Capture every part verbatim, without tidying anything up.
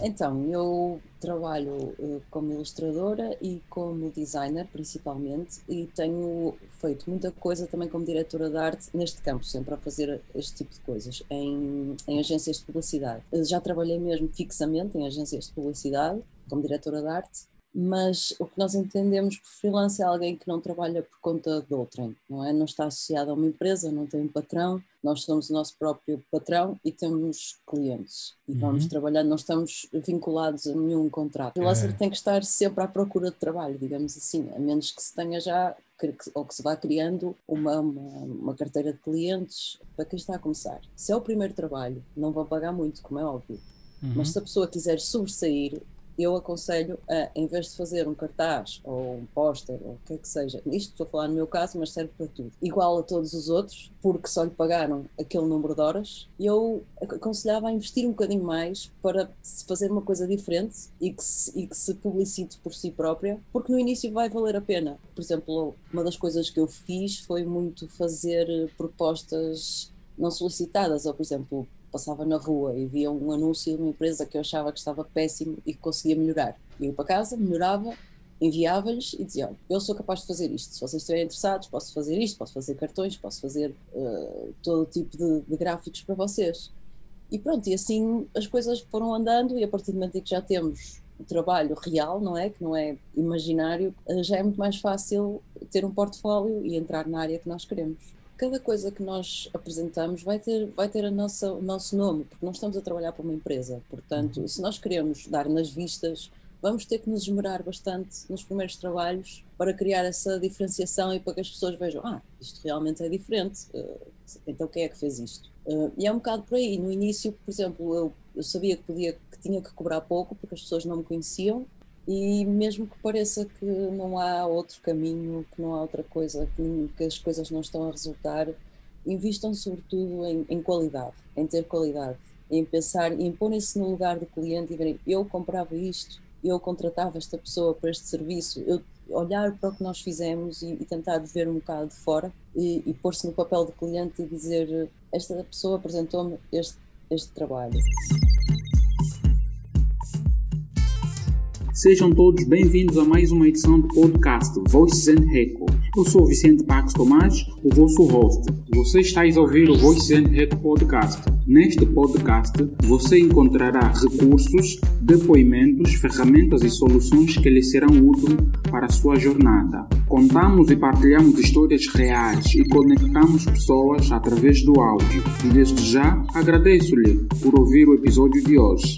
Então, eu trabalho uh, como ilustradora e como designer, principalmente, e tenho feito muita coisa também como diretora de arte neste campo, sempre a fazer este tipo de coisas, em, em agências de publicidade. Uh, Já trabalhei mesmo fixamente em agências de publicidade, como diretora de arte, mas o que nós entendemos por freelance é alguém que não trabalha por conta de outrem, não é? Não está associado a uma empresa, não tem um patrão, nós somos o nosso próprio patrão e temos clientes e vamos Uhum. trabalhando, não estamos vinculados a nenhum contrato. O freelancer É. tem que estar sempre à procura de trabalho, digamos assim, a menos que se tenha já, ou que se vá criando uma, uma, uma carteira de clientes para quem está a começar. Se é o primeiro trabalho, não vão pagar muito, como é óbvio, mas Uhum. se a pessoa quiser sobressair, eu aconselho a, em vez de fazer um cartaz ou um póster ou o que é que seja, isto estou a falar no meu caso, mas serve para tudo, igual a todos os outros, porque só lhe pagaram aquele número de horas, eu aconselhava a investir um bocadinho mais para se fazer uma coisa diferente e que se, e que se publicite por si própria, porque no início vai valer a pena. Por exemplo, uma das coisas que eu fiz foi muito fazer propostas não solicitadas, ou por exemplo, passava na rua e via um anúncio de uma empresa que eu achava que estava péssimo e que conseguia melhorar. Eu ia para casa, melhorava, enviava-lhes e dizia, olha, eu sou capaz de fazer isto, se vocês estiverem interessados posso fazer isto, posso fazer cartões, posso fazer uh, todo tipo de, de gráficos para vocês. E pronto, e assim as coisas foram andando e a partir do momento em que já temos o trabalho real, não é? Que não é imaginário, já é muito mais fácil ter um portfólio e entrar na área que nós queremos. Cada coisa que nós apresentamos vai ter, vai ter a nossa, o nosso nome, porque não estamos a trabalhar para uma empresa. Portanto, Uhum. se nós queremos dar nas vistas, vamos ter que nos esmerar bastante nos primeiros trabalhos para criar essa diferenciação e para que as pessoas vejam, ah, isto realmente é diferente, então quem é que fez isto? E é um bocado por aí. No início, por exemplo, eu, eu sabia que, podia, que tinha que cobrar pouco, porque as pessoas não me conheciam, e mesmo que pareça que não há outro caminho, que não há outra coisa, que, que as coisas não estão a resultar, invistam sobretudo em, em qualidade, em ter qualidade, em pensar, em pôr-se no lugar do cliente e verem, eu comprava isto, eu contratava esta pessoa para este serviço, eu olhar para o que nós fizemos e, e tentar ver um bocado de fora e, e pôr-se no papel do cliente e dizer, esta pessoa apresentou-me este, este trabalho. Sejam todos bem-vindos a mais uma edição do podcast Voices and Echo. Eu sou o Vicente Pax Tomás, o vosso host. Você está a ouvir o Voices and Echo podcast. Neste podcast, você encontrará recursos, depoimentos, ferramentas e soluções que lhe serão úteis para a sua jornada. Contamos e partilhamos histórias reais e conectamos pessoas através do áudio. E desde já, agradeço-lhe por ouvir o episódio de hoje.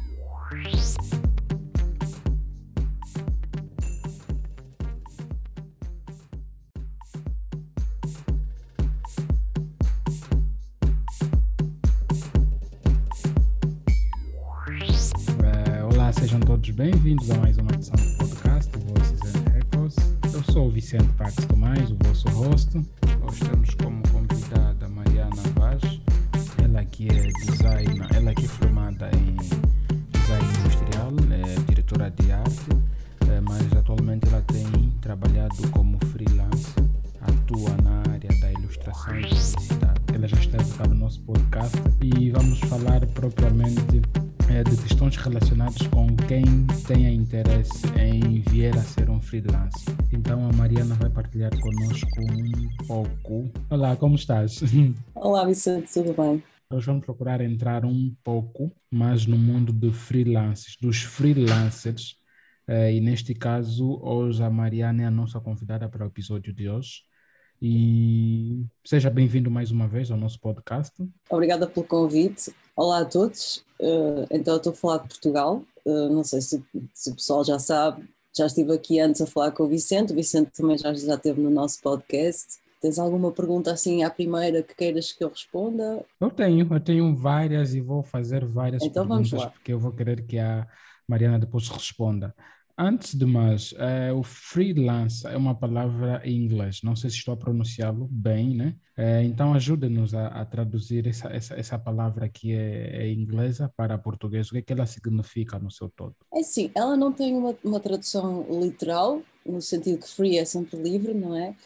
Sejam todos bem-vindos a mais uma edição do podcast Voices and Echoes. Eu sou o Vicente Pax Tomás, o vosso host. Hoje temos como convidada Mariana Vaz. Ela que é designer, ela que é formada em design industrial, é diretora de arte, é, mas atualmente ela tem trabalhado como freelance, atua na área da ilustração e publicidade. Ela já esteve cá no nosso podcast e vamos falar propriamente de questões relacionadas com quem tenha interesse em vir a ser um freelance. Então a Mariana vai partilhar connosco um pouco. Olá, como estás? Olá, Vicente, tudo bem? Nós vamos procurar entrar um pouco mais no mundo de freelances, dos freelancers, e neste caso hoje a Mariana é a nossa convidada para o episódio de hoje. E seja bem-vindo mais uma vez ao nosso podcast. Obrigada pelo convite. Olá a todos. Uh, então eu estou a falar de Portugal. Uh, não sei se, se o pessoal já sabe, já estive aqui antes a falar com o Vicente. O Vicente também já, já esteve no nosso podcast. Tens alguma pergunta assim à primeira que queiras que eu responda? Eu tenho, eu tenho várias e vou fazer várias então, perguntas porque eu vou querer que a Mariana depois responda. Antes de mais, é, o freelance é uma palavra em inglês, não sei se estou a pronunciá-lo bem, né? É, então ajuda-nos a, a traduzir essa, essa, essa palavra que é, é inglesa para português, o que é que ela significa no seu todo? É sim, ela não tem uma, uma tradução literal, no sentido que free é sempre livre, não é?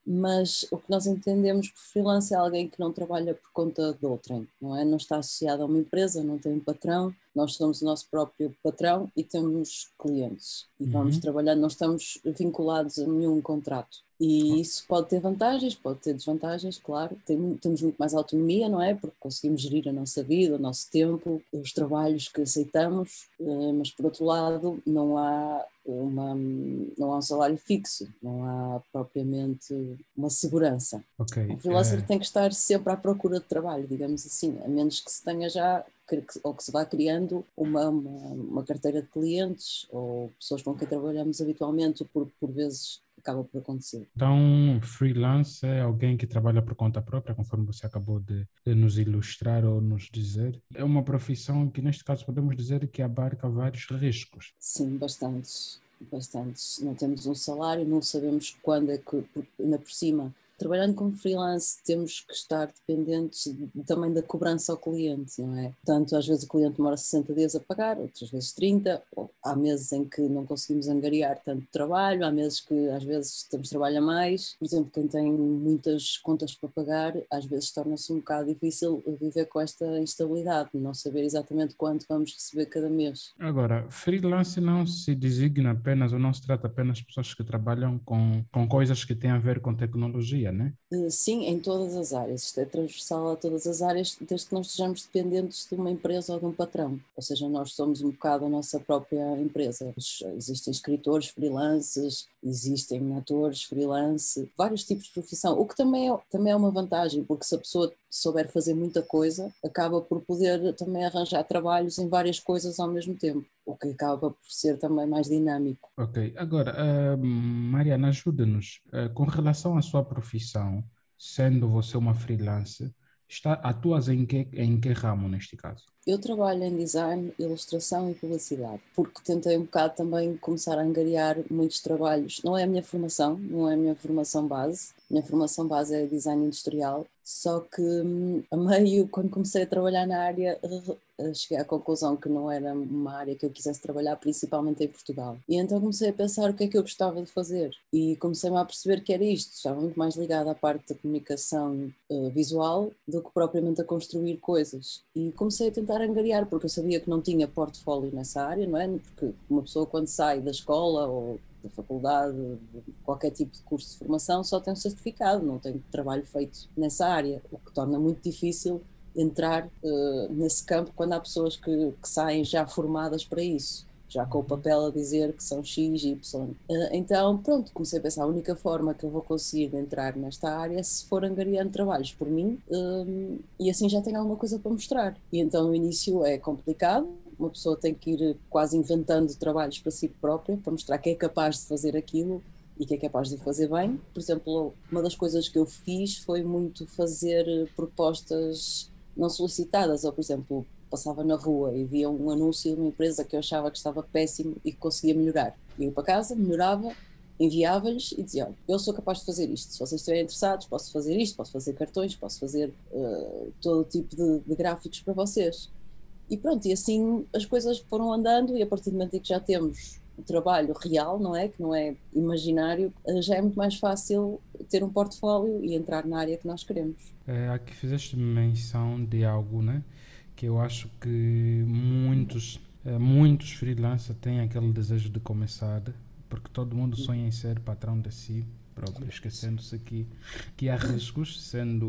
mas o que nós entendemos por freelance é alguém que não trabalha por conta de outrem, não é? Não está associado a uma empresa, não tem um patrão, nós somos o nosso próprio patrão e temos clientes e vamos Uhum. trabalhando, não estamos vinculados a nenhum contrato. E isso pode ter vantagens, pode ter desvantagens, claro. Tem, temos muito mais autonomia, não é? Porque conseguimos gerir a nossa vida, o nosso tempo, os trabalhos que aceitamos, mas por outro lado não há uma, não há um salário fixo, não há propriamente uma segurança. Ok. Um freelancer é, tem que estar sempre à procura de trabalho, digamos assim, a menos que se tenha já, ou que se vá criando uma, uma, uma carteira de clientes ou pessoas com quem trabalhamos habitualmente, por, por vezes acaba por acontecer. Então, freelance é alguém que trabalha por conta própria, conforme você acabou de, de nos ilustrar ou nos dizer. É uma profissão que, neste caso, podemos dizer que abarca vários riscos. Sim, bastantes, bastantes. Não temos um salário, não sabemos quando é que, ainda por cima, trabalhando como freelance, temos que estar dependentes também da cobrança ao cliente, não é? Portanto, às vezes o cliente demora sessenta dias a pagar, outras vezes trinta, ou há meses em que não conseguimos angariar tanto trabalho, há meses que às vezes temos trabalho a mais. Por exemplo, quem tem muitas contas para pagar, às vezes torna-se um bocado difícil viver com esta instabilidade, não saber exatamente quanto vamos receber cada mês. Agora, freelance não se designa apenas ou não se trata apenas de pessoas que trabalham com, com coisas que têm a ver com tecnologia, né? Sim, em todas as áreas. Isto é transversal a todas as áreas, desde que não estejamos dependentes de uma empresa ou de um patrão. Ou seja, nós somos um bocado a nossa própria empresa. Existem escritores freelances, existem atores freelance, vários tipos de profissão, o que também é, também é uma vantagem, porque se a pessoa souber fazer muita coisa, acaba por poder também arranjar trabalhos em várias coisas ao mesmo tempo, o que acaba por ser também mais dinâmico. Ok. Agora, ah, Mariana, ajuda-nos. Ah, com relação à sua profissão, sendo você uma freelance, está, atuas em que, em que ramo neste caso? Eu trabalho em design, ilustração e publicidade, porque tentei um bocado também começar a angariar muitos trabalhos. Não é a minha formação, não é a minha formação base. A minha formação base é design industrial, só que hum, a meio, quando comecei a trabalhar na área, cheguei à conclusão que não era uma área que eu quisesse trabalhar, principalmente em Portugal. E então comecei a pensar o que é que eu gostava de fazer. E comecei-me a perceber que era isto. Estava muito mais ligada à parte da comunicação uh, visual do que propriamente a construir coisas. E comecei a tentar angariar, porque eu sabia que não tinha portfólio nessa área, não é? Porque uma pessoa quando sai da escola ou da faculdade, de qualquer tipo de curso de formação, só tem um certificado, não tem trabalho feito nessa área, o que torna muito difícil entrar uh, nesse campo quando há pessoas que, que saem já formadas para isso, já com o papel a dizer que são X e Y. Uh, então, pronto, comecei a pensar, a única forma que eu vou conseguir entrar nesta área é se for angariando trabalhos por mim, uh, e assim já tenho alguma coisa para mostrar. E então o início é complicado, uma pessoa tem que ir quase inventando trabalhos para si própria, para mostrar que é capaz de fazer aquilo e que é capaz de fazer bem. Por exemplo, uma das coisas que eu fiz foi muito fazer propostas não solicitadas, ou por exemplo, passava na rua e via um anúncio de uma empresa que eu achava que estava péssimo e que conseguia melhorar. Eu ia para casa, melhorava, enviava-lhes e dizia, olha, eu sou capaz de fazer isto, se vocês estiverem interessados posso fazer isto, posso fazer cartões, posso fazer uh, todo tipo de, de gráficos para vocês. E pronto, e assim as coisas foram andando, e a partir do momento em que já temos o trabalho real, não é? Que não é imaginário, já é muito mais fácil ter um portfólio e entrar na área que nós queremos. É, aqui fizeste menção de algo, né? Que eu acho que muitos, é, muitos freelancers têm aquele desejo de começar, porque todo mundo sonha em ser patrão de si próprio, esquecendo-se que, que há riscos, sendo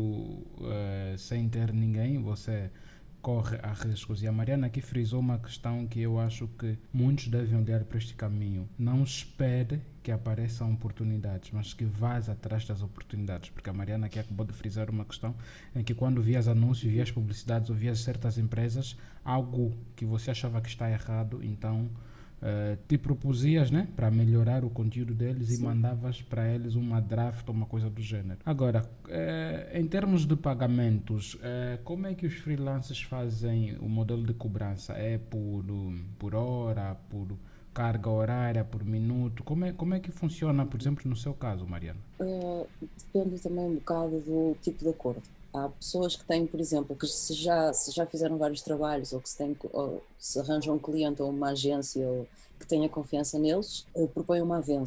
uh, sem ter ninguém, você corre a riscos. E a Mariana aqui frisou uma questão que eu acho que muitos devem olhar para este caminho. Não espere que apareçam oportunidades, mas que vás atrás das oportunidades. Porque a Mariana aqui acabou de frisar uma questão em que quando vias anúncios, vias publicidades ou vias certas empresas, algo que você achava que está errado, então Uh, te propusias, né, para melhorar o conteúdo deles. Sim. E mandavas para eles uma draft ou uma coisa do gênero. Agora, uh, em termos de pagamentos, uh, como é que os freelancers fazem o modelo de cobrança? É por, por hora, por carga horária, por minuto? Como é, como é que funciona, por exemplo, no seu caso, Mariana? Uh, depende também um bocado do tipo de acordo. Há pessoas que têm, por exemplo, que se já, se já fizeram vários trabalhos ou que se, tem, ou se arranjam um cliente ou uma agência ou que tenha confiança neles, uh, propõem uma avença.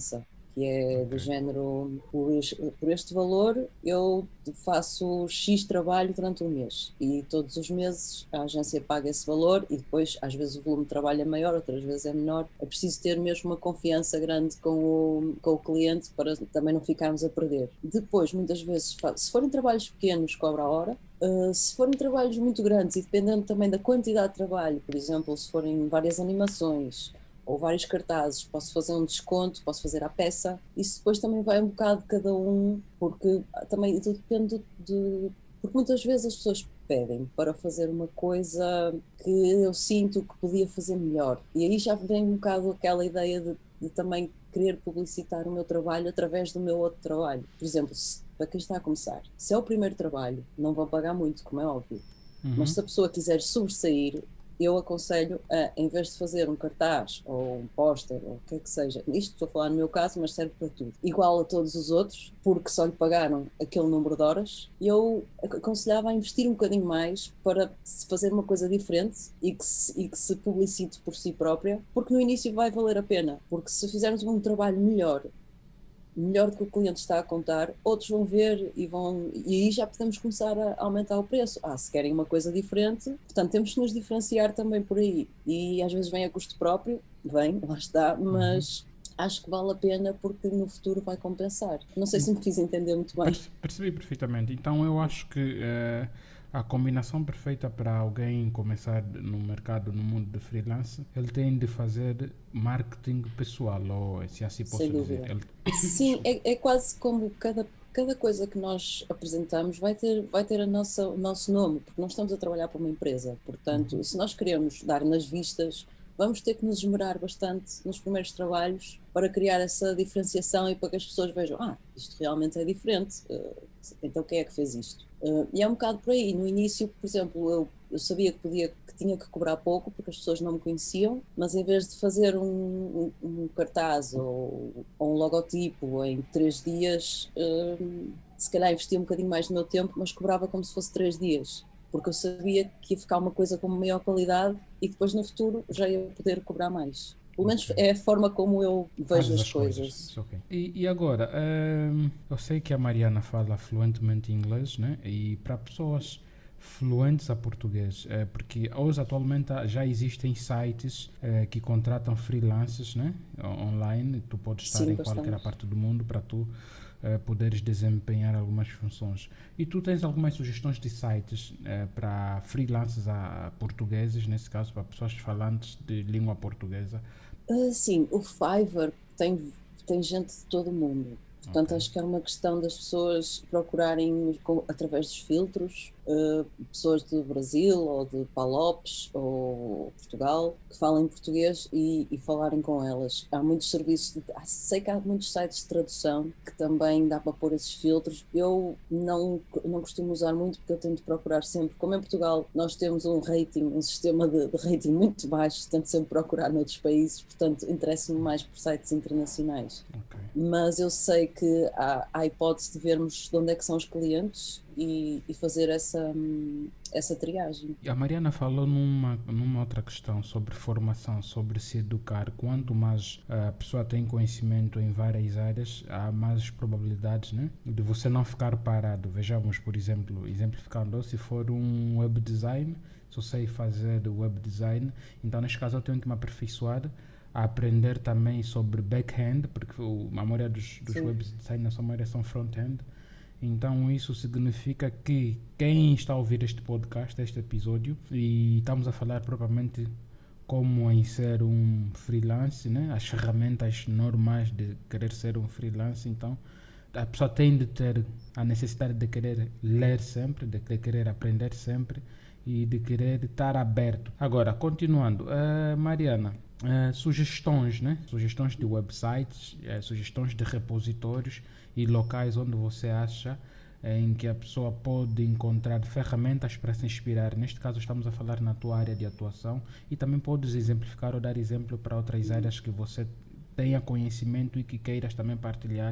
que é do género, por, por este valor eu faço X trabalho durante um mês e todos os meses a agência paga esse valor e depois às vezes o volume de trabalho é maior, outras vezes é menor. É preciso ter mesmo uma confiança grande com o, com o cliente para também não ficarmos a perder. Depois, muitas vezes, se forem trabalhos pequenos, cobra a hora. Uh, se forem trabalhos muito grandes e dependendo também da quantidade de trabalho, por exemplo, se forem várias animações ou vários cartazes, posso fazer um desconto, posso fazer à peça. Isso depois também vai um bocado de cada um, porque também tudo depende de... Porque muitas vezes as pessoas pedem para fazer uma coisa que eu sinto que podia fazer melhor. E aí já vem um bocado aquela ideia de, de também querer publicitar o meu trabalho através do meu outro trabalho. Por exemplo, se, para quem está a começar, se é o primeiro trabalho, não vão pagar muito, como é óbvio. Uhum. Mas se a pessoa quiser sobressair, eu aconselho a, em vez de fazer um cartaz ou um póster ou o que é que seja, isto estou a falar no meu caso, mas serve para tudo, igual a todos os outros, porque só lhe pagaram aquele número de horas, eu aconselhava a investir um bocadinho mais para se fazer uma coisa diferente e que se, e que se publicite por si própria, porque no início vai valer a pena, porque se fizermos um trabalho melhor, melhor do que o cliente está a contar, outros vão ver e vão, e aí já podemos começar a aumentar o preço. Ah, se querem uma coisa diferente, portanto temos que nos diferenciar também por aí, e às vezes vem a custo próprio, vem, lá está, mas uhum. Acho que vale a pena porque no futuro vai compensar. Não sei se me fiz entender muito bem. Percebi perfeitamente, então eu acho que uh, a combinação perfeita para alguém começar no mercado, no mundo de freelance, ele tem de fazer marketing pessoal, ou se assim posso Sem dizer. Dúvida. Ele... Sim, é, é quase como cada, cada coisa que nós apresentamos vai ter, vai ter a nossa, o nosso nome, porque nós estamos a trabalhar para uma empresa. Portanto, uhum. Se nós queremos dar nas vistas, vamos ter que nos esmerar bastante nos primeiros trabalhos para criar essa diferenciação e para que as pessoas vejam, ah, isto realmente é diferente, então quem é que fez isto? E é um bocado por aí. No início, por exemplo, eu, eu sabia que, podia, que tinha que cobrar pouco porque as pessoas não me conheciam, mas em vez de fazer um, um, um cartaz ou, ou um logotipo em três dias, um, se calhar investia um bocadinho mais do meu tempo, mas cobrava como se fosse três dias. Porque eu sabia que ia ficar uma coisa com maior qualidade e que depois no futuro já ia poder cobrar mais. Pelo menos okay. É a forma como eu vejo as, as coisas. coisas. Okay. E, e agora, um, eu sei que a Mariana fala fluentemente inglês, né? E para pessoas fluentes a português, é, porque hoje atualmente já existem sites é, que contratam freelancers, né? Online, tu podes estar Sim, em bastante. qualquer parte do mundo para tu Uh, poderes desempenhar algumas funções. E tu tens algumas sugestões de sites uh, para freelancers a, a portugueses, nesse caso para pessoas falantes de língua portuguesa? Uh, sim, o Fiverr tem, tem gente de todo o mundo. Portanto, okay. Acho que é uma questão das pessoas procurarem com, através dos filtros, uh, pessoas do Brasil ou de Palopes ou Portugal que falem português e, e falarem com elas. Há muitos serviços, de, sei que há muitos sites de tradução que também dá para pôr esses filtros. Eu não, não costumo usar muito porque eu tento procurar sempre, como em Portugal nós temos um rating, um sistema de, de rating muito baixo, tento sempre procurar noutros países, portanto interessa-me mais por sites internacionais. Okay. Mas eu sei que há a hipótese de vermos de onde é que são os clientes e, e fazer essa, essa triagem. A Mariana falou numa, numa outra questão sobre formação, sobre se educar. Quanto mais a pessoa tem conhecimento em várias áreas, há mais probabilidades, né, de você não ficar parado. Vejamos, por exemplo, exemplificando, se for um web design, se eu sei fazer web design, então neste caso eu tenho que me aperfeiçoar a aprender também sobre back-end, porque a maioria dos, dos web designers, a maioria são front-end. Então isso significa que quem está a ouvir este podcast, este episódio, e estamos a falar propriamente como em ser um freelance, né? As ferramentas normais de querer ser um freelance, então a pessoa tem de ter a necessidade de querer ler sempre, de querer aprender sempre e de querer estar aberto. Agora, continuando, uh, Mariana, Uh, sugestões, né? Sugestões de websites, uh, sugestões de repositórios e locais onde você acha uh, em que a pessoa pode encontrar ferramentas para se inspirar. Neste caso estamos a falar na tua área de atuação e também podes exemplificar ou dar exemplo para outras áreas que você tenha conhecimento e que queiras também partilhar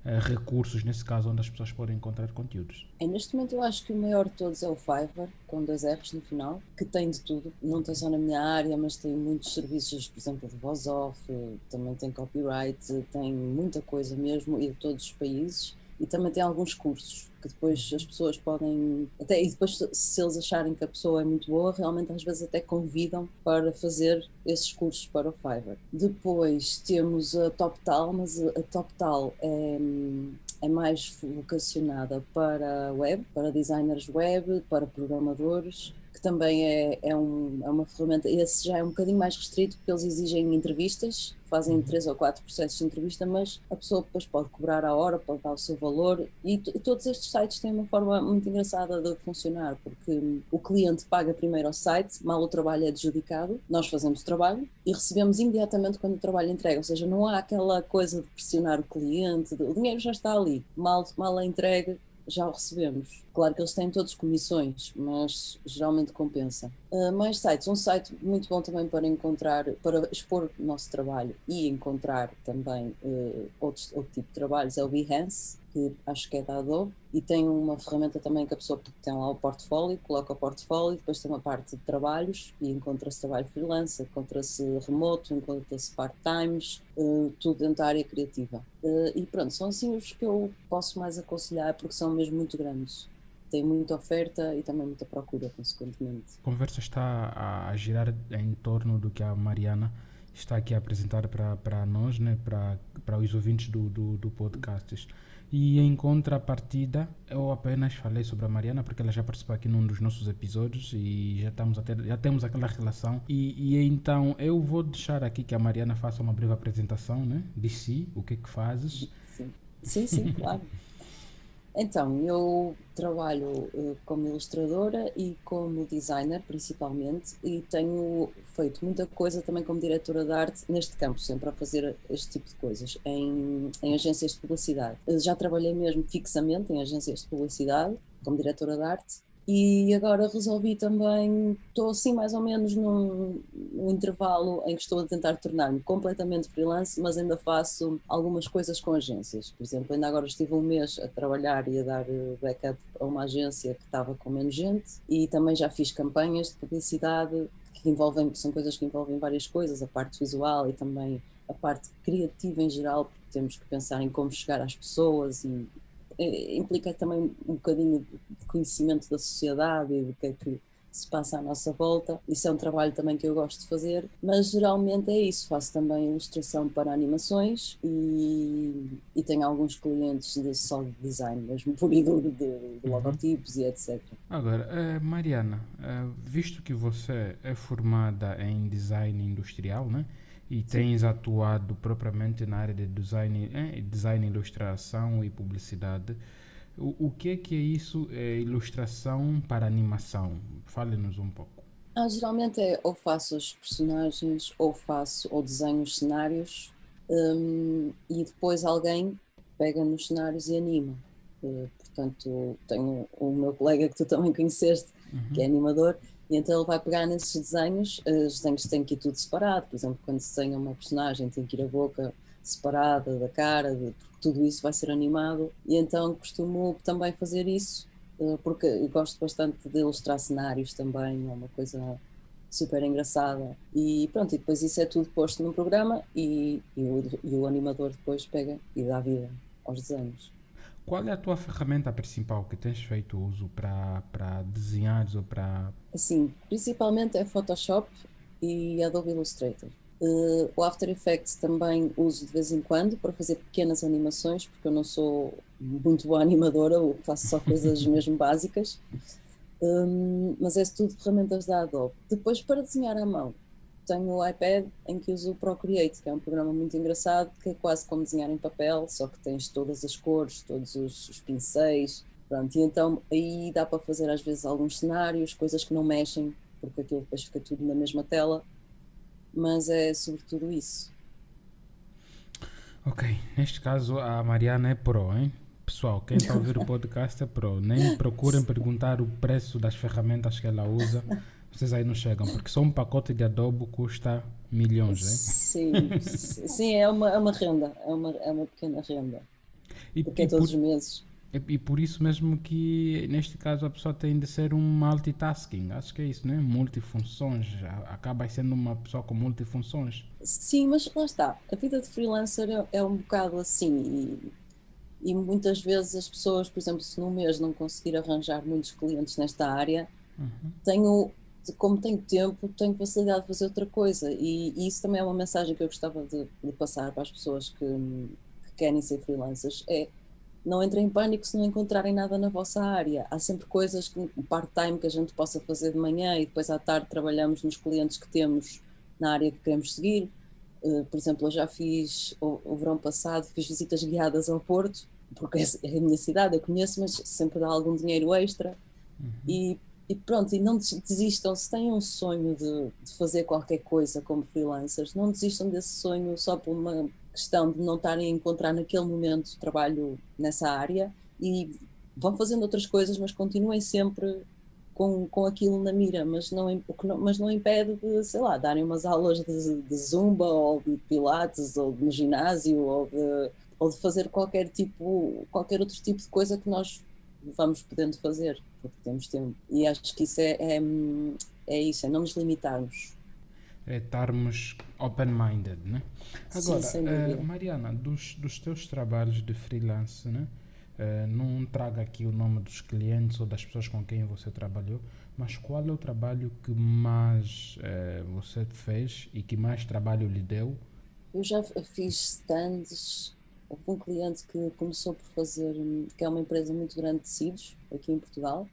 uh, recursos, nesse caso, onde as pessoas podem encontrar conteúdos? É, neste momento eu acho que o maior de todos é o Fiverr, com dois R's no final, que tem de tudo, não tem só na minha área, mas tem muitos serviços, por exemplo, de voz off, também tem copyright, tem muita coisa mesmo, e de todos os países. E também tem alguns cursos que depois as pessoas podem, até, e depois se eles acharem que a pessoa é muito boa, realmente às vezes até convidam para fazer esses cursos para o Fiverr. Depois temos a TopTal, mas a TopTal é, é mais vocacionada para web, para designers web, para programadores, que também é, é, um, é uma ferramenta, esse já é um bocadinho mais restrito porque eles exigem entrevistas, fazem três ou quatro processos de entrevista, mas a pessoa depois pode cobrar a hora, pode dar o seu valor, e, e todos estes sites têm uma forma muito engraçada de funcionar, porque o cliente paga primeiro ao site, mal o trabalho é adjudicado, nós fazemos o trabalho e recebemos imediatamente quando o trabalho é entregue, ou seja, não há aquela coisa de pressionar o cliente, de, o dinheiro já está ali, mal, mal é entregue, já o recebemos. Claro que eles têm todos comissões, mas geralmente compensa. Uh, mais sites, um site muito bom também para encontrar, para expor o nosso trabalho e encontrar também uh, outros, outro tipo de trabalhos é o Behance, que acho que é da Adobe, e tem uma ferramenta também que a pessoa tem lá o portfólio, coloca o portfólio, depois tem uma parte de trabalhos e encontra-se trabalho freelance, encontra-se remoto, encontra-se part-times, uh, tudo dentro da área criativa. Uh, e pronto, são assim os que eu posso mais aconselhar porque são mesmo muito grandes. Tem muita oferta e também muita procura, consequentemente. A conversa está a, a girar em torno do que a Mariana está aqui a apresentar para nós, né, para os ouvintes do, do, do podcast. E em contrapartida, eu apenas falei sobre a Mariana porque ela já participou aqui num dos nossos episódios e já, estamos a ter, já temos aquela relação. E, e então eu vou deixar aqui que a Mariana faça uma breve apresentação, né, de si, o que é que fazes. Sim, sim, sim claro. Então, eu trabalho uh, como ilustradora e como designer, principalmente, e tenho feito muita coisa também como diretora de arte neste campo, sempre a fazer este tipo de coisas, em, em agências de publicidade. Eu já trabalhei mesmo fixamente em agências de publicidade, como diretora de arte, e agora resolvi também, estou assim mais ou menos num, num intervalo em que estou a tentar tornar-me completamente freelance, mas ainda faço algumas coisas com agências. Por exemplo, ainda agora estive um mês a trabalhar e a dar backup a uma agência que estava com menos gente, e também já fiz campanhas de publicidade que envolvem, são coisas que envolvem várias coisas, a parte visual e também a parte criativa em geral, porque temos que pensar em como chegar às pessoas e implica também um bocadinho de conhecimento da sociedade e do que é que se passa à nossa volta. Isso é um trabalho também que eu gosto de fazer, mas geralmente é isso, faço também ilustração para animações e, e tenho alguns clientes de só de design, mesmo puro e duro, de, de logotipos e etcétera. Agora, uh, Mariana, uh, visto que você é formada em design industrial, né? E tens Sim. atuado propriamente na área de design, eh, design, ilustração e publicidade. O, o que é que é isso, é ilustração para animação? Fale-nos um pouco. Ah, geralmente é ou faço os personagens, ou faço, ou desenho os cenários, um, e depois alguém pega nos cenários e anima. Uh, portanto, tenho o meu colega que tu também conheceste, uhum. que é animador, e então ele vai pegar nesses desenhos, os desenhos têm que ir tudo separado, por exemplo, quando se desenha uma personagem tem que ir a boca separada da cara, de, porque tudo isso vai ser animado, e então costumo também fazer isso, porque eu gosto bastante de ilustrar cenários também, é uma coisa super engraçada, e pronto, e depois isso é tudo posto num programa e, e, o, e o animador depois pega e dá vida aos desenhos. Qual é a tua ferramenta principal que tens feito uso para desenhares ou para... Assim, principalmente é Photoshop e Adobe Illustrator. Uh, o After Effects também uso de vez em quando para fazer pequenas animações, porque eu não sou muito boa animadora, eu faço só coisas mesmo básicas, um, mas é tudo ferramentas da Adobe. Depois, para desenhar à mão, tenho o iPad em que uso o Procreate, que é um programa muito engraçado, que é quase como desenhar em papel, só que tens todas as cores, todos os, os pincéis, pronto, e então aí dá para fazer às vezes alguns cenários, coisas que não mexem, porque aquilo depois fica tudo na mesma tela, mas é sobretudo isso. Ok, neste caso a Mariana é pro, hein? Pessoal, quem está a ouvir o podcast é pro, nem procurem perguntar o preço das ferramentas que ela usa, vocês aí não chegam, porque só um pacote de Adobe custa milhões, hein? Sim, sim, é uma, é uma renda, é uma, é uma pequena renda. E, porque e é por, todos os meses. e, e por isso mesmo que, neste caso, a pessoa tem de ser um multitasking. Acho que é isso, né? Multifunções. A- Acaba sendo uma pessoa com multifunções. Sim, mas lá está, a vida de freelancer é, é um bocado assim e, e muitas vezes as pessoas, por exemplo, se num mês não conseguir arranjar muitos clientes nesta área, tenho, como tenho tempo, tenho facilidade de fazer outra coisa e, e isso também é uma mensagem que eu gostava de, de passar para as pessoas que, que querem ser freelancers, é não entrem em pânico se não encontrarem nada na vossa área. Há sempre coisas que, um part-time que a gente possa fazer de manhã e depois à tarde trabalhamos nos clientes que temos na área que queremos seguir. Uh, por exemplo, eu já fiz, o, o verão passado, fiz visitas guiadas ao Porto, porque é a minha cidade, eu conheço, mas sempre dá algum dinheiro extra. E, e pronto, e não desistam, se têm um sonho de, de fazer qualquer coisa como freelancers, não desistam desse sonho só por uma questão de não estarem a encontrar naquele momento trabalho nessa área e vão fazendo outras coisas, mas continuem sempre com, com aquilo na mira, mas não, o que não, mas não impede de, sei lá, darem umas aulas de, de zumba ou de pilates ou de, no ginásio ou de, ou de fazer qualquer tipo, qualquer outro tipo de coisa que nós vamos podendo fazer, porque temos tempo. E acho que isso é, é, é isso, é não nos limitarmos. É estarmos open-minded, né? Sim, Agora, sem eh, dúvida. Mariana, dos, dos teus trabalhos de freelance, né? Eh, não traga aqui o nome dos clientes ou das pessoas com quem você trabalhou, mas qual é o trabalho que mais eh, você fez e que mais trabalho lhe deu? Eu já fiz stands, houve um cliente que começou por fazer, que é uma empresa muito grande de tecidos, aqui em Portugal,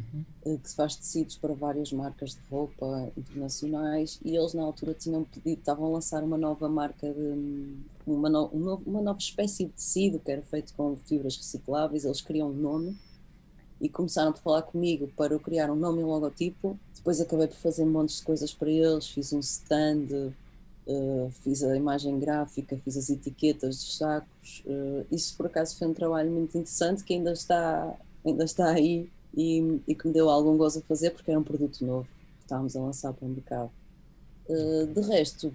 que faz tecidos para várias marcas de roupa internacionais e eles na altura tinham pedido, estavam a lançar uma nova marca de uma, no, uma nova espécie de tecido que era feito com fibras recicláveis, eles queriam um nome e começaram por falar comigo para eu criar um nome e um logotipo, depois acabei por fazer montes de coisas para eles, fiz um stand, uh, fiz a imagem gráfica, fiz as etiquetas dos sacos, uh, isso por acaso foi um trabalho muito interessante que ainda está, ainda está aí e, e que me deu algum gozo a fazer porque era um produto novo que estávamos a lançar para o mercado. Uh, de resto,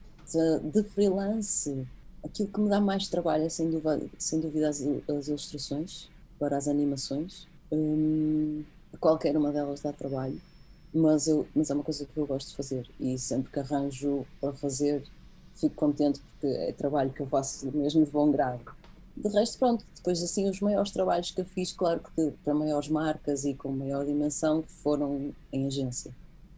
de, de freelance, aquilo que me dá mais trabalho é sem dúvida, sem dúvida as, as ilustrações para as animações. Hum, qualquer uma delas dá trabalho, mas, eu, mas é uma coisa que eu gosto de fazer e sempre que arranjo para fazer fico contente porque é trabalho que eu faço mesmo de bom grado. De resto, pronto, depois assim os maiores trabalhos que eu fiz, claro que para maiores marcas e com maior dimensão foram em agência.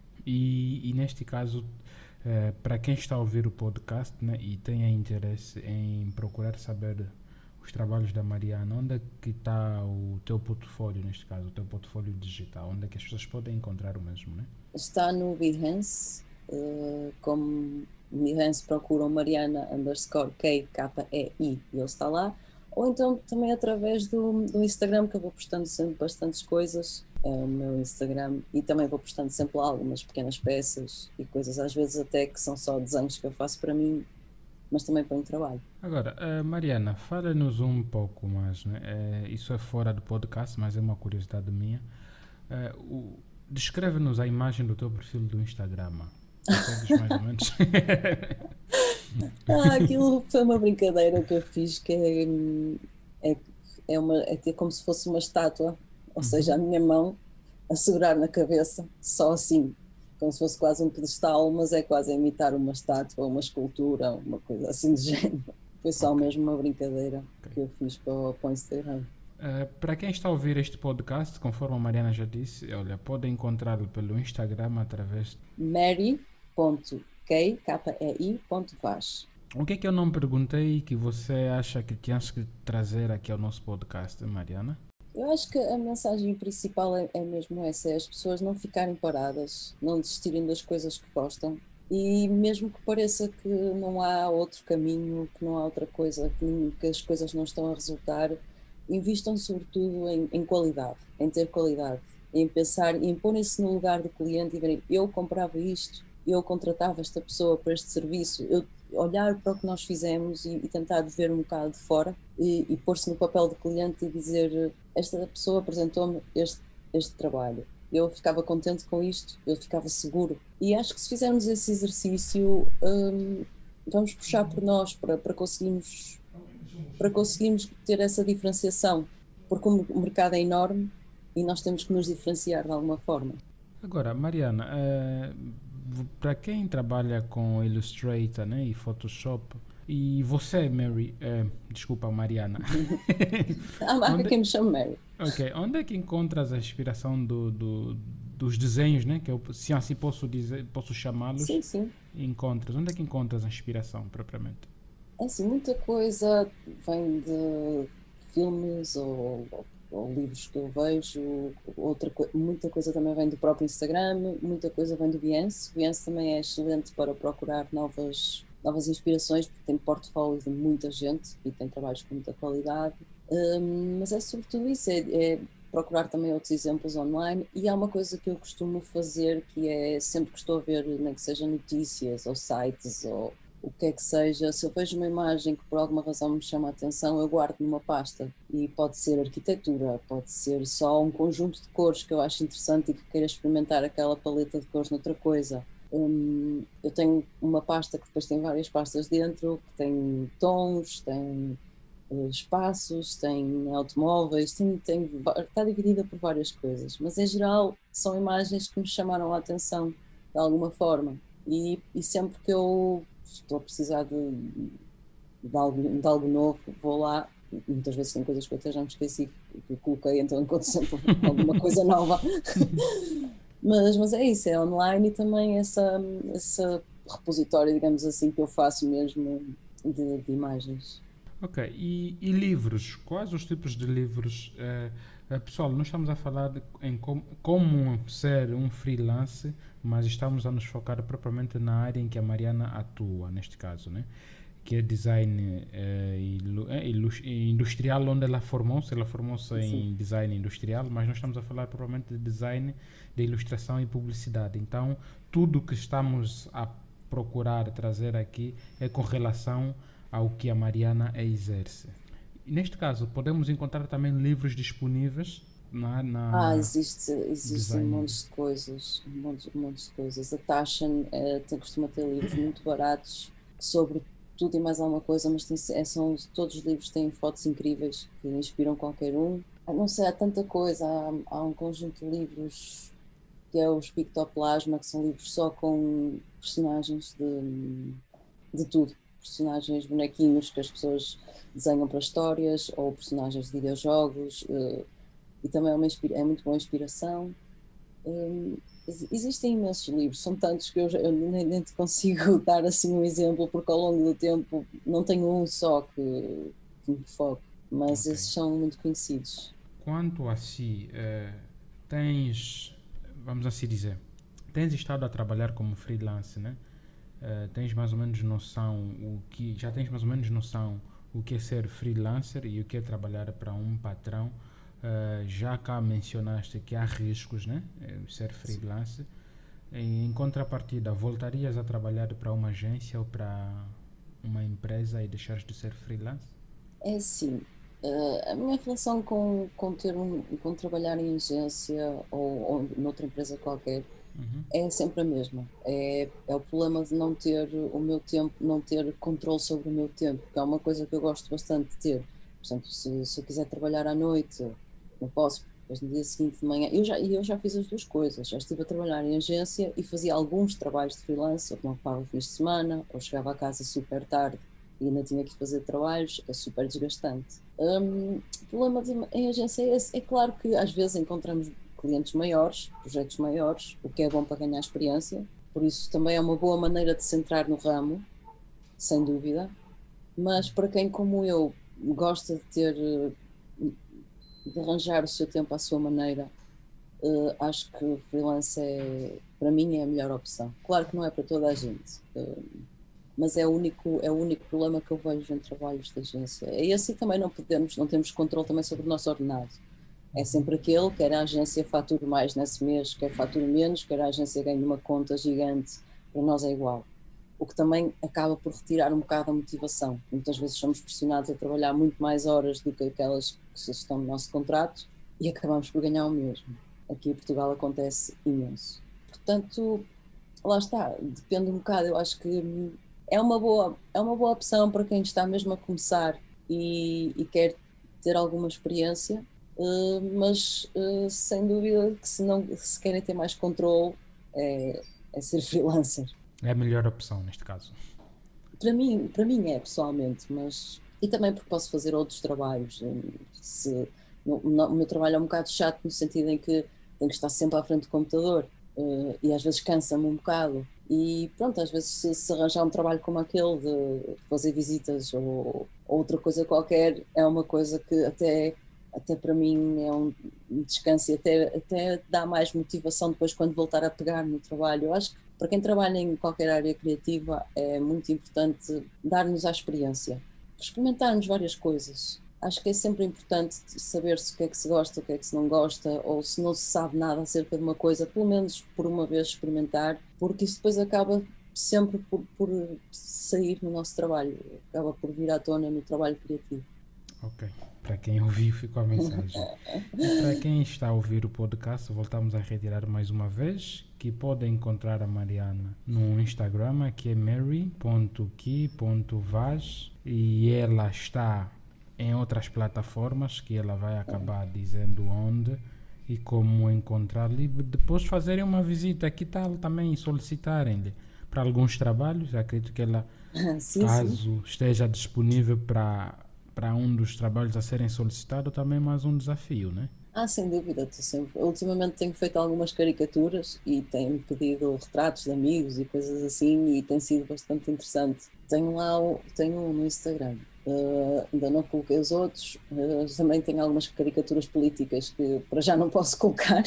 E, e neste caso, eh, para quem está a ouvir o podcast, né, e tenha interesse em procurar saber os trabalhos da Mariana, onde é que está o teu portfólio, neste caso, o teu portfólio digital, onde é que as pessoas podem encontrar o mesmo, né? Está no Behance, uh, como Behance procuram Mariana underscore K K E I e ele está lá, ou então também através do, do Instagram, que eu vou postando sempre bastantes coisas, é o meu Instagram, e também vou postando sempre lá algumas pequenas peças e coisas, às vezes até que são só desenhos que eu faço para mim, mas também para o trabalho. Agora, eh, Mariana, fala-nos um pouco mais, né? Eh, isso é fora do podcast, mas é uma curiosidade minha. Eh, o- descreve-nos a imagem do teu perfil do Instagram. Consegues mais ou menos? Ah, aquilo foi uma brincadeira que eu fiz, que é, é, é, uma, é ter como se fosse uma estátua, ou seja, a minha mão a segurar na cabeça, só assim, como se fosse quase um pedestal, mas é quase a imitar uma estátua, uma escultura, uma coisa assim de género. Foi só Ok. mesmo uma brincadeira Ok. que eu fiz para, o- para o Instagram. Uh, para quem está a ouvir este podcast, conforme a Mariana já disse, olha, pode encontrá-lo pelo Instagram através. mary ponto kei ponto vaz. O que é que eu não perguntei que você acha que tens que trazer aqui ao nosso podcast, Mariana? Eu acho que a mensagem principal é, é mesmo essa, é as pessoas não ficarem paradas, não desistirem das coisas que gostam e mesmo que pareça que não há outro caminho, que não há outra coisa, que, que as coisas não estão a resultar, invistam sobretudo em, em qualidade, em ter qualidade, em pensar, em pôr-se no lugar do cliente e verem, eu comprava isto, eu contratava esta pessoa para este serviço, eu olhar para o que nós fizemos e, e tentar ver um bocado de fora e, e pôr-se no papel do cliente e dizer esta pessoa apresentou-me este, este trabalho, eu ficava contente com isto, eu ficava seguro e acho que se fizermos esse exercício hum, vamos puxar por nós para, para conseguirmos para conseguirmos ter essa diferenciação, porque o mercado é enorme e nós temos que nos diferenciar de alguma forma. Agora, Mariana, uh, para quem trabalha com Illustrator, né, e Photoshop, e você, Mary, uh, desculpa, Mariana. A marca onde, quem me chama Mary. Ok, onde é que encontras a inspiração do, do, dos desenhos, né, que eu, se assim posso dizer, posso chamá-los? Sim, sim. Encontras, onde é que encontras a inspiração, propriamente? É assim, muita coisa vem de filmes ou, ou, ou livros que eu vejo, outra, muita coisa também vem do próprio Instagram, muita coisa vem do Behance. O Behance também é excelente para procurar novas, novas inspirações, porque tem portfólios de muita gente e tem trabalhos com muita qualidade. Um, mas é sobretudo isso, é, é procurar também outros exemplos online. E há uma coisa que eu costumo fazer, que é sempre que estou a ver, nem que seja notícias ou sites ou o que é que seja, se eu vejo uma imagem que por alguma razão me chama a atenção, eu guardo numa pasta, e pode ser arquitetura, pode ser só um conjunto de cores que eu acho interessante e que queira experimentar aquela paleta de cores noutra coisa. Hum, eu tenho uma pasta que depois tem várias pastas dentro, que tem tons, tem uh, espaços, tem automóveis, tem, tem, está dividida por várias coisas, mas em geral são imagens que me chamaram a atenção de alguma forma, e, e sempre que eu estou a precisar de, de, algo, de algo novo, vou lá. Muitas vezes tem coisas que eu até já me esqueci que eu coloquei, então encontro sempre alguma coisa nova. mas, mas é isso, é online, e também essa, essa repositório, digamos assim, que eu faço mesmo de, de imagens. Ok, e, e livros? Quais os tipos de livros? Uh, pessoal, nós estamos a falar de, em com, como ser um freelance, mas estamos a nos focar propriamente na área em que a Mariana atua, neste caso, né? Que é design uh, ilu, é, ilus, industrial, onde ela formou-se, ela formou-se em design industrial, mas nós estamos a falar propriamente de design de ilustração e publicidade. Então, tudo que estamos a procurar trazer aqui é com relação ao que a Mariana exerce. E neste caso, podemos encontrar também livros disponíveis na... na ah, existe, existem um monte de coisas, um monte, um monte de coisas. A Taschen é, tem, costuma ter livros muito baratos sobre tudo e mais alguma coisa, mas tem, é, são, todos os livros têm fotos incríveis que inspiram qualquer um. Não sei, há tanta coisa, há, há um conjunto de livros que é os Pictoplasma, que são livros só com personagens de, de tudo. Personagens, bonequinhos que as pessoas desenham para histórias, ou personagens de videojogos, uh, e também é, uma é muito boa inspiração. Um, existem imensos livros, são tantos que eu, já, eu nem, nem te consigo dar assim um exemplo, porque ao longo do tempo não tenho um só que, que me foque, mas okay. Esses são muito conhecidos. Quanto a si, uh, tens, vamos assim dizer, tens estado a trabalhar como freelance, né? Uh, tens mais ou menos noção o que já tens mais ou menos noção o que é ser freelancer e o que é trabalhar para um patrão. Uh, já cá mencionaste que há riscos, né, ser freelancer. E, em contrapartida, voltarias a trabalhar para uma agência ou para uma empresa e deixares de ser freelance? É sim. Uh, a minha relação com, com, ter um, com trabalhar em agência ou, ou noutra empresa qualquer Uhum. é sempre a mesma. É, é o problema de não ter o meu tempo, não ter controle sobre o meu tempo, que é uma coisa que eu gosto bastante de ter. Por exemplo, se, se eu quiser trabalhar à noite, não posso, depois no dia seguinte de manhã. Eu já, eu já fiz as duas coisas. Já estive a trabalhar em agência e fazia alguns trabalhos de freelance, ou que não ocupava fins de semana, ou chegava a casa super tarde e ainda tinha que fazer trabalhos, é super desgastante. Um, o problema de, em agência é esse. É claro que às vezes encontramos clientes maiores, projetos maiores, o que é bom para ganhar experiência, por isso também é uma boa maneira de se entrar no ramo, sem dúvida, mas para quem como eu gosta de ter, de arranjar o seu tempo à sua maneira, uh, acho que o freelance é, para mim é a melhor opção. Claro que não é para toda a gente, uh, mas é o único, é o único problema que eu vejo em trabalhos de agência. E assim também não podemos, não temos controle também sobre o nosso ordenado. É sempre aquele, quer a agência fature mais nesse mês, quer fature menos, quer a agência ganhe uma conta gigante, para nós é igual. O que também acaba por retirar um bocado a motivação. Muitas vezes somos pressionados a trabalhar muito mais horas do que aquelas que estão no nosso contrato e acabamos por ganhar o mesmo. Aqui em Portugal acontece imenso. Portanto, lá está, depende um bocado. Eu acho que é uma boa, é uma boa opção para quem está mesmo a começar e, e quer ter alguma experiência, uh, mas uh, sem dúvida que se, não, se querem ter mais controle é, é ser freelancer. É a melhor opção neste caso. Para mim, para mim é, pessoalmente, mas... E também porque posso fazer outros trabalhos. Se, no, no, o meu trabalho é um bocado chato no sentido em que tenho que estar sempre à frente do computador uh, e às vezes cansa-me um bocado. E pronto, às vezes se, se arranjar um trabalho como aquele de fazer visitas ou, ou outra coisa qualquer, é uma coisa que até, até para mim é um descanso e até, até dá mais motivação depois quando voltar a pegar no trabalho. Eu acho que para quem trabalha em qualquer área criativa é muito importante dar-nos a experiência, experimentarmos várias coisas. Acho que é sempre importante saber-se o que é que se gosta, o que é que se não gosta, ou se não se sabe nada acerca de uma coisa, pelo menos por uma vez experimentar, porque isso depois acaba sempre por, por sair no nosso trabalho, acaba por vir à tona no trabalho criativo. Ok, para quem ouviu ficou a mensagem. E para quem está a ouvir o podcast, voltamos a retirar mais uma vez que pode encontrar a Mariana no Instagram, que é mary ponto ki ponto vaz, e ela está em outras plataformas que ela vai acabar dizendo onde e como encontrar-lhe. Depois fazerem uma visita, que tal também solicitarem-lhe para alguns trabalhos. Acredito que ela, sim, caso sim. esteja disponível para para um dos trabalhos a serem solicitados, também mais um desafio, né? Ah, sem dúvida, estou sempre. Ultimamente tenho feito algumas caricaturas e tenho pedido retratos de amigos e coisas assim, e tem sido bastante interessante. Tenho lá, tenho um no Instagram, uh, ainda não coloquei os outros, uh, também tenho algumas caricaturas políticas que para já não posso colocar,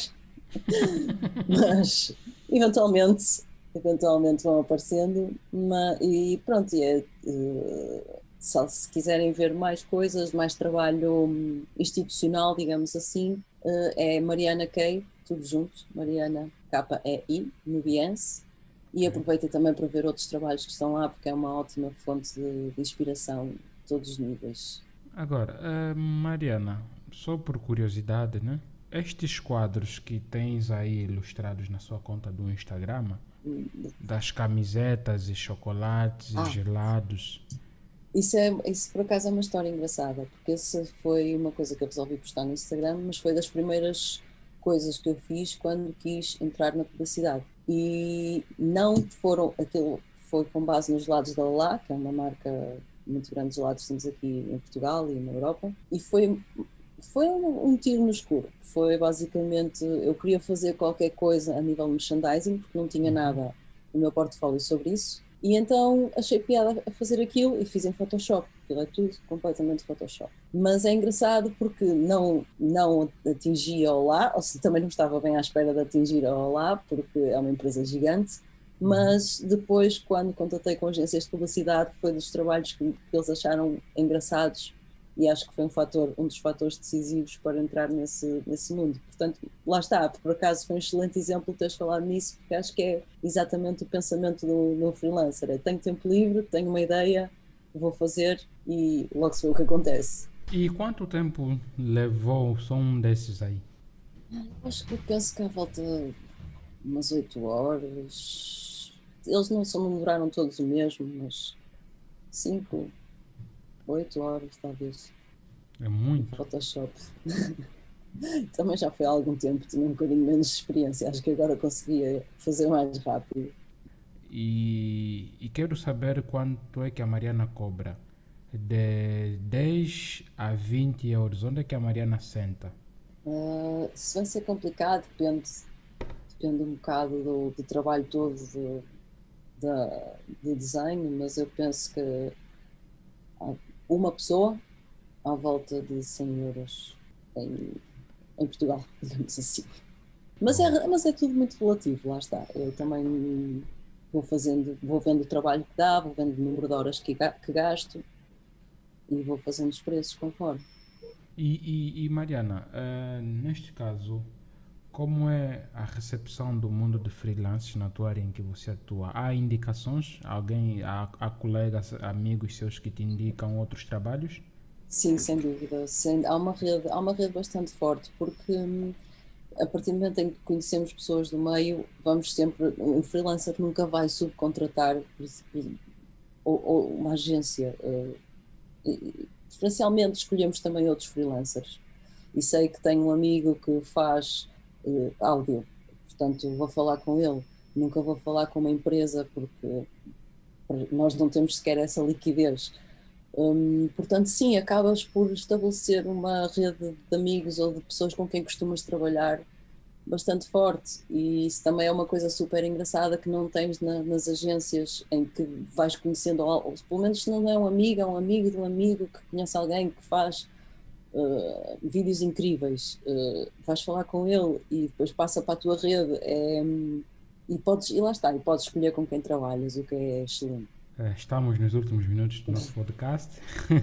mas eventualmente, eventualmente vão aparecendo, mas, e pronto, e é... Uh, Só se quiserem ver mais coisas, mais trabalho institucional, digamos assim, é Mariana Kei, tudo junto, Mariana K E I, Nubiense, e aproveita também para ver outros trabalhos que estão lá, porque é uma ótima fonte de, de inspiração de todos os níveis. Agora, uh, Mariana, só por curiosidade, né? Estes quadros que tens aí ilustrados na sua conta do Instagram, das camisetas e chocolates ah. e gelados... Isso, é, isso por acaso é uma história engraçada, porque essa foi uma coisa que eu resolvi postar no Instagram, mas foi das primeiras coisas que eu fiz quando quis entrar na publicidade. E não foram, aquilo foi com base nos gelados da Olá, que é uma marca muito grande de gelados que temos aqui em Portugal e na Europa, e foi, foi um, um tiro no escuro. Foi basicamente, eu queria fazer qualquer coisa a nível merchandising, porque não tinha nada no meu portfólio sobre isso. E então achei piada a fazer aquilo e fiz em Photoshop, aquilo é tudo completamente Photoshop. Mas é engraçado porque não, não atingi a Olá, ou se também não estava bem à espera de atingir a Olá, porque é uma empresa gigante, mas depois, quando contatei com agências de publicidade, foi dos trabalhos que, que eles acharam engraçados e acho que foi um, fator, um dos fatores decisivos para entrar nesse, nesse mundo. Portanto, lá está, por acaso foi um excelente exemplo teres falado nisso, porque acho que é exatamente o pensamento do, do freelancer. É, tenho tempo livre, tenho uma ideia, vou fazer e logo se vê o que acontece. E quanto tempo levou só um desses aí? Acho que eu penso que à volta de umas oito horas. Eles não, só não duraram todos o mesmo, mas cinco... oito horas, talvez. É muito. Photoshop. Também já foi há algum tempo, tinha um bocadinho menos de experiência. Acho que agora conseguia fazer mais rápido. E, e quero saber quanto é que a Mariana cobra. De dez a vinte euros, onde é que a Mariana senta? Uh, se vai ser complicado, depende, depende um bocado do, do trabalho todo do, da, do desenho, mas eu penso que uma pessoa à volta de cem euros em, em Portugal, digamos assim. Mas é, mas é tudo muito relativo, lá está. Eu também vou fazendo, vou vendo o trabalho que dá, vou vendo o número de horas que, que gasto e vou fazendo os preços conforme. E, e, e Mariana, uh, neste caso, como é a recepção do mundo de freelancers na tua área em que você atua? Há indicações? Alguém, há, há colegas, amigos seus que te indicam outros trabalhos? Sim, sem dúvida. Sem, há, uma rede, há uma rede bastante forte, porque hum, a partir do momento em que conhecemos pessoas do meio, vamos sempre... Um freelancer nunca vai subcontratar ou, ou uma agência. Uh, preferencialmente escolhemos também outros freelancers. E sei que tenho um amigo que faz uh, áudio, portanto vou falar com ele. Nunca vou falar com uma empresa porque nós não temos sequer essa liquidez. Um, portanto, sim, acabas por estabelecer uma rede de amigos ou de pessoas com quem costumas trabalhar bastante forte, e isso também é uma coisa super engraçada que não tens na, nas agências, em que vais conhecendo, ou pelo menos se não é um amigo, é um amigo de um amigo que conhece alguém que faz uh, vídeos incríveis, uh, vais falar com ele e depois passa para a tua rede, é, e, podes, e lá está, e podes escolher com quem trabalhas, o que é excelente. Estamos nos últimos minutos do nosso podcast.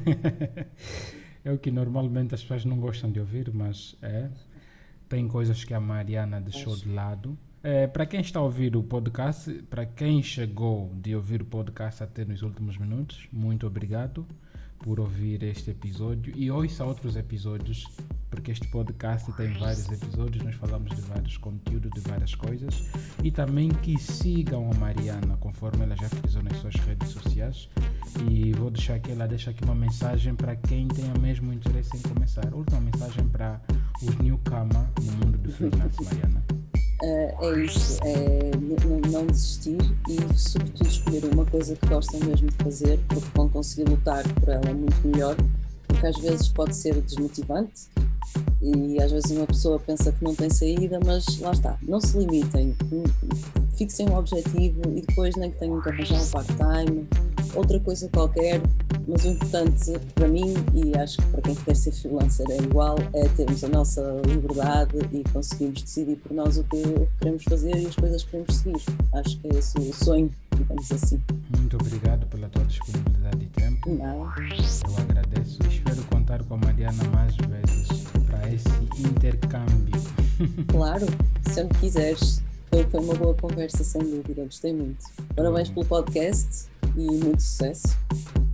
É o que normalmente as pessoas não gostam de ouvir, mas é. Tem coisas que a Mariana deixou de lado. É, para quem está a ouvir o podcast, para quem chegou de ouvir o podcast até nos últimos minutos, muito obrigado por ouvir este episódio e ouça outros episódios, porque este podcast tem vários episódios, nós falamos de vários conteúdos, de várias coisas, e também que sigam a Mariana conforme ela já frisou nas suas redes sociais, e vou deixar aqui, ela deixa aqui uma mensagem para quem tenha mesmo interesse em começar, última mensagem para os newcomer no mundo do freelance, Mariana. Uh, é isso, é n- não desistir e sobretudo escolher uma coisa que gostam mesmo de fazer, porque vão conseguir lutar por ela muito melhor, porque às vezes pode ser desmotivante e às vezes uma pessoa pensa que não tem saída, mas lá está, não se limitem, fixem um objetivo e depois nem que tenham que arranjar um part-time, outra coisa qualquer, mas o importante para mim, e acho que para quem quer ser freelancer é igual, é termos a nossa liberdade e conseguirmos decidir por nós o que queremos fazer e as coisas que queremos seguir. Acho que é esse o sonho, digamos assim. Muito obrigado pela tua disponibilidade e tempo. Não. Eu agradeço e espero contar com a Mariana mais vezes para esse intercâmbio. Claro, sempre quiseres. Foi, foi uma boa conversa, sem dúvida, gostei muito. Parabéns pelo podcast e muito sucesso.